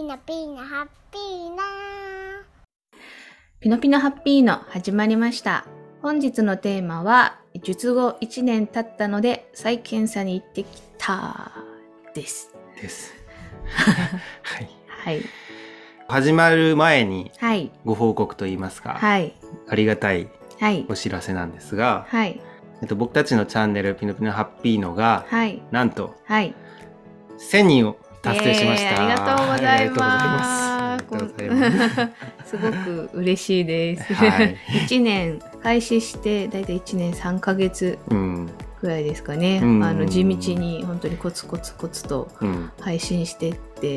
ノピーノハッピーノピノピノハッピーノ始まりました。本日のテーマは術後1年経ったので再検査に行ってきたですはい、 はい、 始まる前にはい、 ご報告といいますか、 はい、 ありがたいはい、 お知らせなんですが、 はい、 僕たちのチャンネルピノピノハッピーノが、 はい、 なんとはい、 1000人を達成しました、 ありがとうございますすごく嬉しいです、 はい、 1年開始してだいたい1年3ヶ月くらいですかね、地道に本当にコツコツと配信してって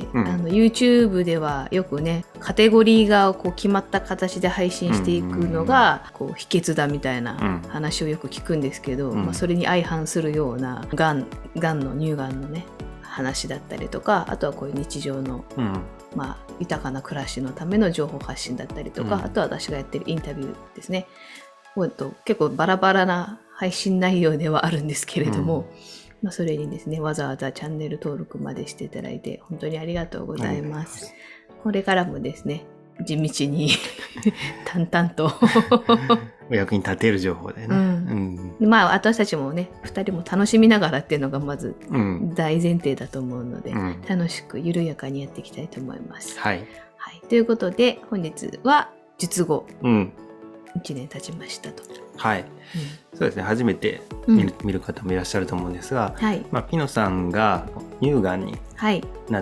、YouTube ではよくねカテゴリーがこう決まった形で配信していくのがこう秘訣だみたいな話をよく聞くんですけど、それに相反するようながんの乳がんのね話だったりとか、あとはこういう日常の、豊かな暮らしのための情報発信だったりとか、あとは私がやってるインタビューですね。結構バラバラな配信内容ではあるんですけれども、それにですねわざわざチャンネル登録までしていただいて本当にありがとうございます。これからもですね地道に淡々とお役に立てる情報でね、 私たちもね2人も楽しみながらっていうのがまず大前提だと思うので、楽しく緩やかにやっていきたいと思います。 はい、 はい、ということで本日は術後1年経ちましたと。 はい、そうですね、初めて見る方もいらっしゃると思うんですが、ピノさんが乳がんになって、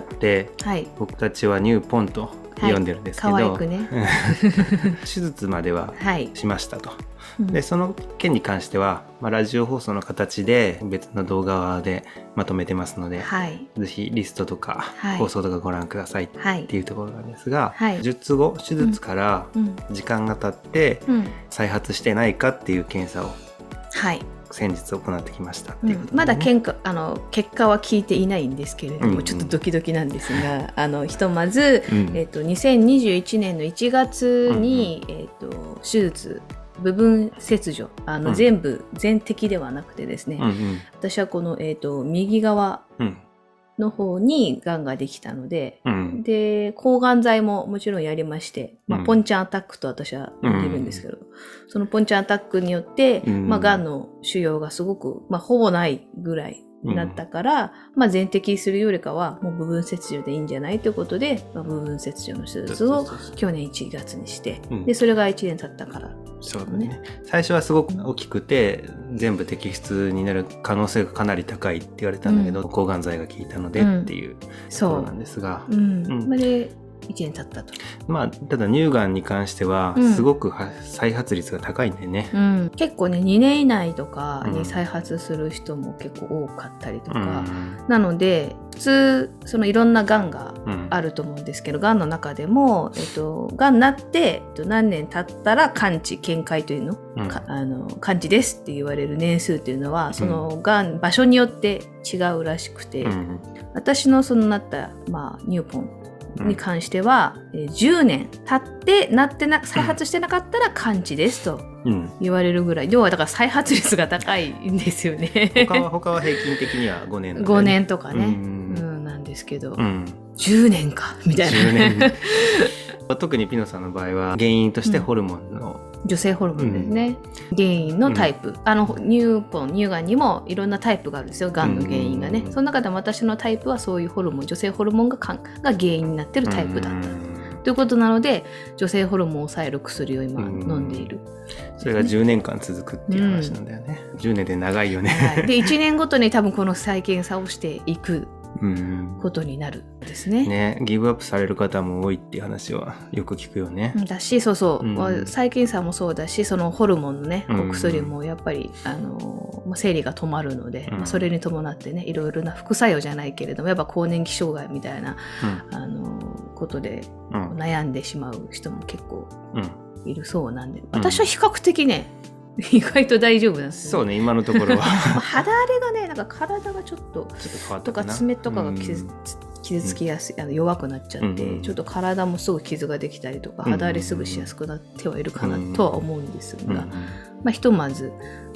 僕たちは乳ポンと呼んでるんですけど、 可愛くね手術まではしましたと、でその件に関しては、ラジオ放送の形で別の動画でまとめてますので、ぜひリストとか放送とかご覧くださいっていうところなんですが、術後手術から時間が経って再発してないかっていう検査を先日行ってきましたっていうことで、ね、 まだ結果は聞いていないんですけれども、ちょっとドキドキなんですが、ひとまず、2021年の1月に、手術部分切除全摘ではなくてですね、私はこの、右側の方にがんができたので、で抗がん剤ももちろんやりまして、ポンチャンアタックと私は言ってるんですけど、そのポンチャンアタックによって、がんの腫瘍がすごく、ほぼないぐらいになったから、全摘するよりかはもう部分切除でいいんじゃないということで、部分切除の手術を去年1月にして、でそれが1年経ったから、 そうね、最初はすごく大きくて全部摘出になる可能性がかなり高いって言われたんだけど、抗がん剤が効いたのでっていうところなんですが、 で1年経ったと。 ただ乳がんに関してはすごく再発率が高いんでね、 結構ね2年以内とかに再発する人も結構多かったりとか、なので普通そのいろんながんがあると思うんですけど、がんの中でも、がんになって何年経ったら完治見解というの、完治ですって言われる年数っていうのはそのがん場所によって違うらしくて、私のそのなった、乳ポンに関しては、10年経って再発してなかったら完治ですと言われるぐらい、要はだから再発率が高いんですよね他は平均的には5年なんで、 5年とかね、なんですけど、10年かみたいな 10年特にピノさんの場合は原因としてホルモンの、 女性ホルモンですね、原因のタイプ、乳がんにもいろんなタイプがあるんですよ、がんの原因がね、その中でも私のタイプはそういうホルモン、女性ホルモンが原因になってるタイプだったということなので、女性ホルモンを抑える薬を今飲んでいる、 それが10年間続くっていう話なんだよね、10年で長いよね、 で1年ごとに多分この再検査をしていくことになるんですね。 ギブアップされる方も多いっていう話はよく聞くよね。 だし、再検査もそうだし、そのホルモンのね、お薬もやっぱり生理が止まるので、それに伴ってねいろいろな副作用じゃないけれどもやっぱ更年期障害みたいな、ことで悩んでしまう人も結構いるそうなんで、私は比較的ね意外と大丈夫なんですよ、 そうね、今のところは肌荒れがね、なんか体がちょっと変わったとか爪とかが傷つきやすい、弱くなっちゃって、ちょっと体もすぐ傷ができたりとか、肌荒れすぐしやすくなってはいるかなとは思うんですが、ひとまず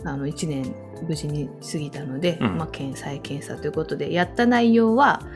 1年無事に過ぎたので、再検査ということでやった内容は、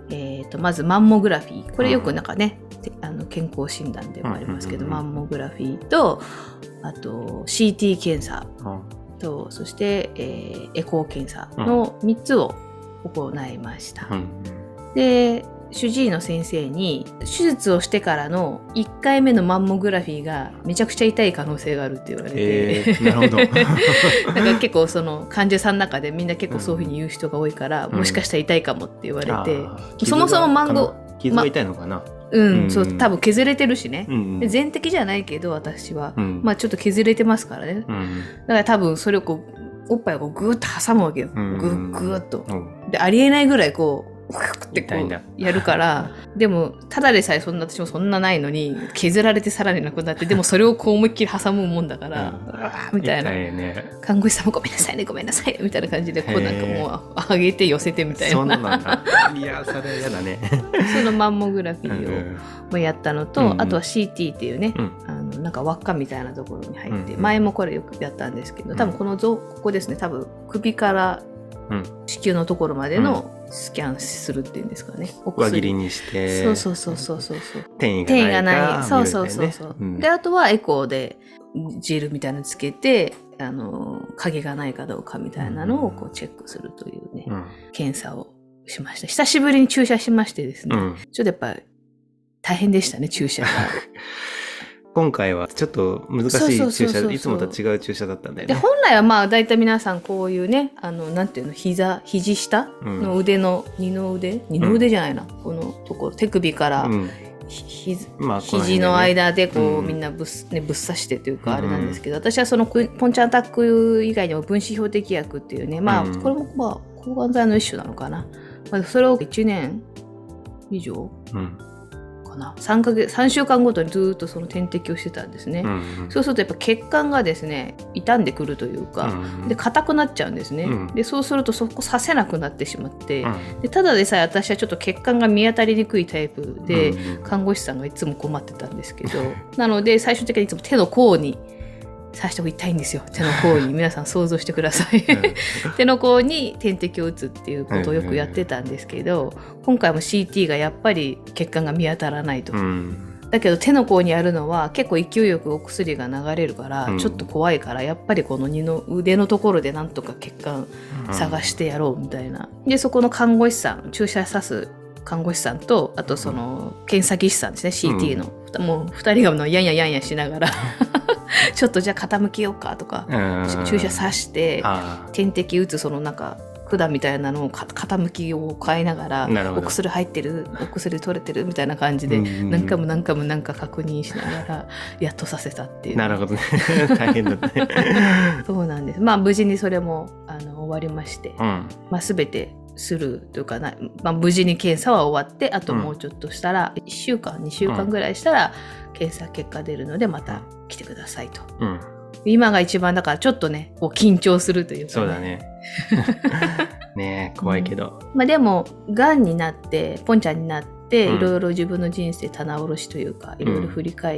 まずマンモグラフィー、これよくなんかね、健康診断でもありますけど、マンモグラフィーとあと CT 検査と、そして、エコー検査の3つを行いました。で主治医の先生に手術をしてからの1回目のマンモグラフィーがめちゃくちゃ痛い可能性があるって言われて、 なるほどなんか結構その患者さんの中でみんな結構そういうふうに言う人が多いから、もしかしたら痛いかもって言われて、そもそもマンゴ傷が痛いのかな、 そう多分削れてるしね、で全摘じゃないけど私は、まあちょっと削れてますからね、だから多分それをこうおっぱいをこうグーッと挟むわけよ、グーッと、でありえないぐらいこうってこうやるから、でもただでさえそんな私もそんなないのに削られてさらになくなって、でもそれをこう思いっきり挟むもんだから、みたいな、看護師さんもごめんなさいねごめんなさいみたいな感じでこうなんかもう上げて寄せてみたいな。 そうなんだ。いやそれやだね。 そのマンモグラフィーをやったのと、あとは CT っていうね、なんか輪っかみたいなところに入って、前もこれよくやったんですけど、多分ここですね、多分首から子宮のところまでのスキャンするっていうんですかね、 輪切りにして、 そう転移がないか、 そうであとはエコーでジェルみたいなのつけて影がないかどうかみたいなのをこうチェックするというね、検査をしました。久しぶりに注射しましてですね、ちょっとやっぱり大変でしたね、注射が。 今回はちょっと難しい注射、いつもと違う注射だったんだよね。 で本来はまあ大体皆さんこういうね、なんていうの、肘下の腕の二の腕じゃないな、このところ手首から、肘の間でこう、みんなぶっ刺してというかあれなんですけど、私はそのポンチャンアタック以外にも分子標的薬っていうね、まあこれもまあ抗がん剤の一種なのかな、それを1年以上、3週間ごとにずっとその点滴をしてたんですね、そうするとやっぱ血管がですね傷んでくるというか、で硬くなっちゃうんですね、でそうするとそこ刺せなくなってしまって、でただでさえ私はちょっと血管が見当たりにくいタイプで、看護師さんがいつも困ってたんですけど、なので最終的にいつも手の甲に刺しておきたいんですよ。手の甲に皆さん想像してください手の甲に点滴を打つっていうことをよくやってたんですけど、今回も CT がやっぱり血管が見当たらないと、だけど手の甲にあるのは結構勢いよくお薬が流れるから、ちょっと怖いからやっぱりこの腕のところでなんとか血管探してやろうみたいな、でそこの看護師さん、注射刺す看護師さんと、あとその検査技師さんですね、CT の、もう2人がやんやんしながらちょっとじゃあ傾けようかとか、注射刺して点滴打つそのなんか管みたいなのを傾きを変えながら、お薬入ってる、お薬取れてるみたいな感じで何回もなんか確認しながらやっとさせたっていう。 なるほどね大変だったねそうなんです。まあ無事にそれも終わりまして、まあ全てするというかな、まあ、無事に検査は終わって、あともうちょっとしたら、1週間2週間ぐらいしたら検査結果出るのでまた来てくださいと、今が一番だからちょっとねこう緊張するというか、ね、 そうだねねえ怖いけど、 まあ、でもがんになってポンちゃんになっていろいろ自分の人生棚卸しというかいろいろ振り返って、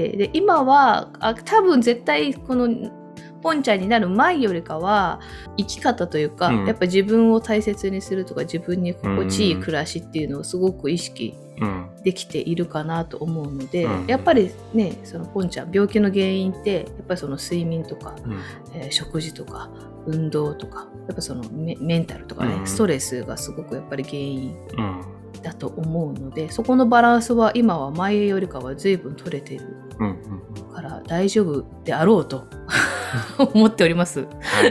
で今は多分絶対このポンちゃんになる前よりかは生き方というか、やっぱ自分を大切にするとか自分に心地いい暮らしっていうのをすごく意識できているかなと思うので、やっぱりねそのポンちゃん病気の原因ってやっぱりその睡眠とか、食事とか運動とかやっぱそのメンタルとかね、ストレスがすごくやっぱり原因だと思うので、そこのバランスは今は前よりかは随分取れてるから大丈夫であろうと思っております。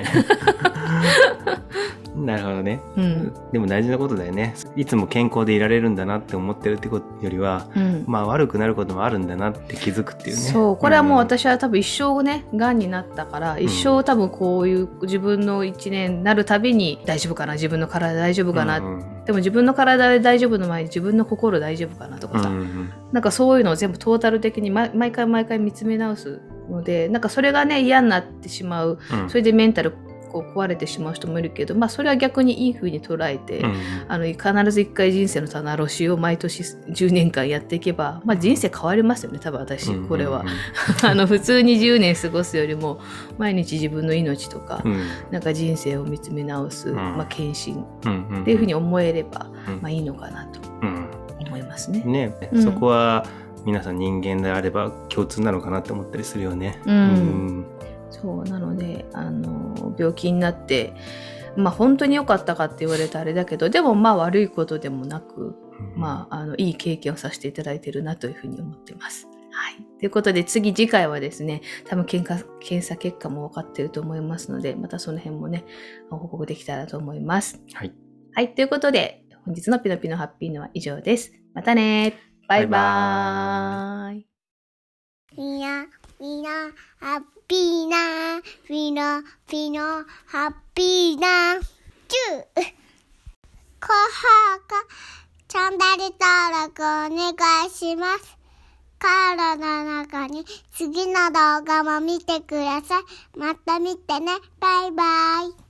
なるほどね、でも大事なことだよね。いつも健康でいられるんだなって思ってるってことよりは、まあ悪くなることもあるんだなって気づくっていうね。 そう、これはもう私は多分一生ねがんになったから、一生多分こういう自分の1年になるたびに大丈夫かな、自分の体大丈夫かな、でも自分の体で大丈夫の前に自分の心大丈夫かなとかさ、なんかそういうのを全部トータル的に毎回見つめ直すので、なんかそれがね嫌になってしまう、それでメンタルこう壊れてしまう人もいるけど、それは逆にいい風に捉えて、必ず一回人生の棚卸しを毎年10年間やっていけば、人生変わりますよね、多分私、これは。普通に10年過ごすよりも、毎日自分の命とか、なんか人生を見つめ直す、献身っていう風に思えれば、いいのかなと思いますね。 そこは皆さん人間であれば共通なのかなって思ったりするよね。 そうなので病気になって本当に良かったかって言われたらあれだけど、でも悪いことでもなく、いい経験をさせていただいているなというふうに思ってます。はい。ということで次回はですね、多分検査結果も分かっていると思いますので、またその辺もね報告できたらと思います。はい。はい。ということで本日のピノピノハッピーのは以上です。またね。バイバーイ。 みんなハッピーなピノハッピーなチュー高評価チャンネル登録お願いします。カードの中に次の動画も見てください。また見てね。バイバイ。